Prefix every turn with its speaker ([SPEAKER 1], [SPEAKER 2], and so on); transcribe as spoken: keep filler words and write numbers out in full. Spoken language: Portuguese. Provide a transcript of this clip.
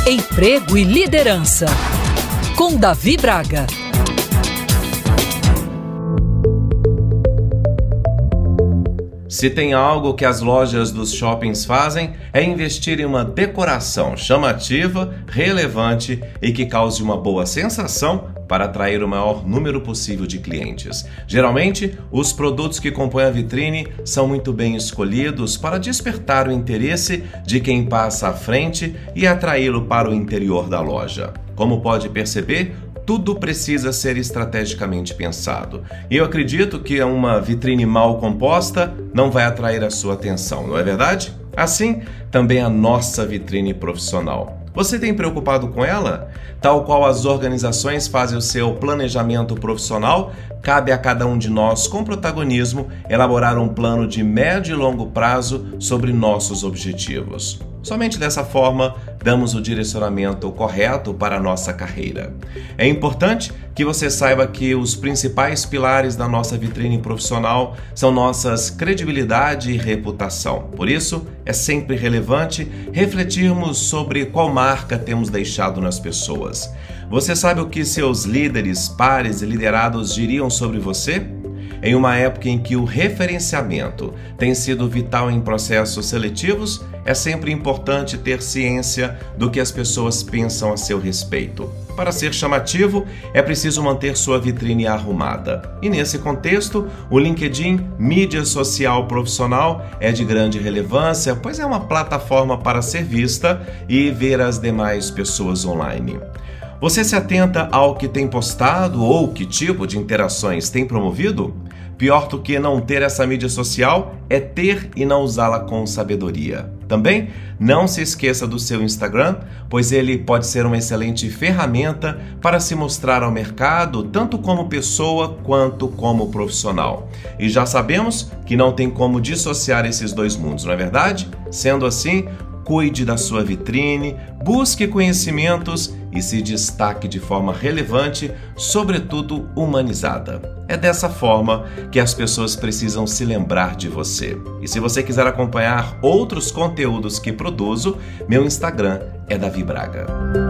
[SPEAKER 1] Emprego e Liderança, com Davi Braga.
[SPEAKER 2] Se tem algo que as lojas dos shoppings fazem, é investir em uma decoração chamativa, relevante e que cause uma boa sensação para atrair o maior número possível de clientes. Geralmente, os produtos que compõem a vitrine são muito bem escolhidos para despertar o interesse de quem passa à frente e atraí-lo para o interior da loja. Como pode perceber, tudo precisa ser estrategicamente pensado. E eu acredito que uma vitrine mal composta não vai atrair a sua atenção, não é verdade? Assim, também a nossa vitrine profissional. Você tem preocupado com ela? Tal qual as organizações fazem o seu planejamento profissional, cabe a cada um de nós, com protagonismo, elaborar um plano de médio e longo prazo sobre nossos objetivos. Somente dessa forma, damos o direcionamento correto para a nossa carreira. É importante que você saiba que os principais pilares da nossa vitrine profissional são nossas credibilidade e reputação. Por isso, é sempre relevante refletirmos sobre qual marca temos deixado nas pessoas. Você sabe o que seus líderes, pares e liderados diriam sobre você? Em uma época em que o referenciamento tem sido vital em processos seletivos, é sempre importante ter ciência do que as pessoas pensam a seu respeito. Para ser chamativo, é preciso manter sua vitrine arrumada. E nesse contexto, o LinkedIn, mídia social profissional, é de grande relevância, pois é uma plataforma para ser vista e ver as demais pessoas online. Você se atenta ao que tem postado ou que tipo de interações tem promovido? Pior do que não ter essa mídia social é ter e não usá-la com sabedoria. Também não se esqueça do seu Instagram, pois ele pode ser uma excelente ferramenta para se mostrar ao mercado, tanto como pessoa quanto como profissional. E já sabemos que não tem como dissociar esses dois mundos, não é verdade? Sendo assim, cuide da sua vitrine, busque conhecimentos e se destaque de forma relevante, sobretudo humanizada. É dessa forma que as pessoas precisam se lembrar de você. E se você quiser acompanhar outros conteúdos que produzo, meu Instagram é Davi Braga.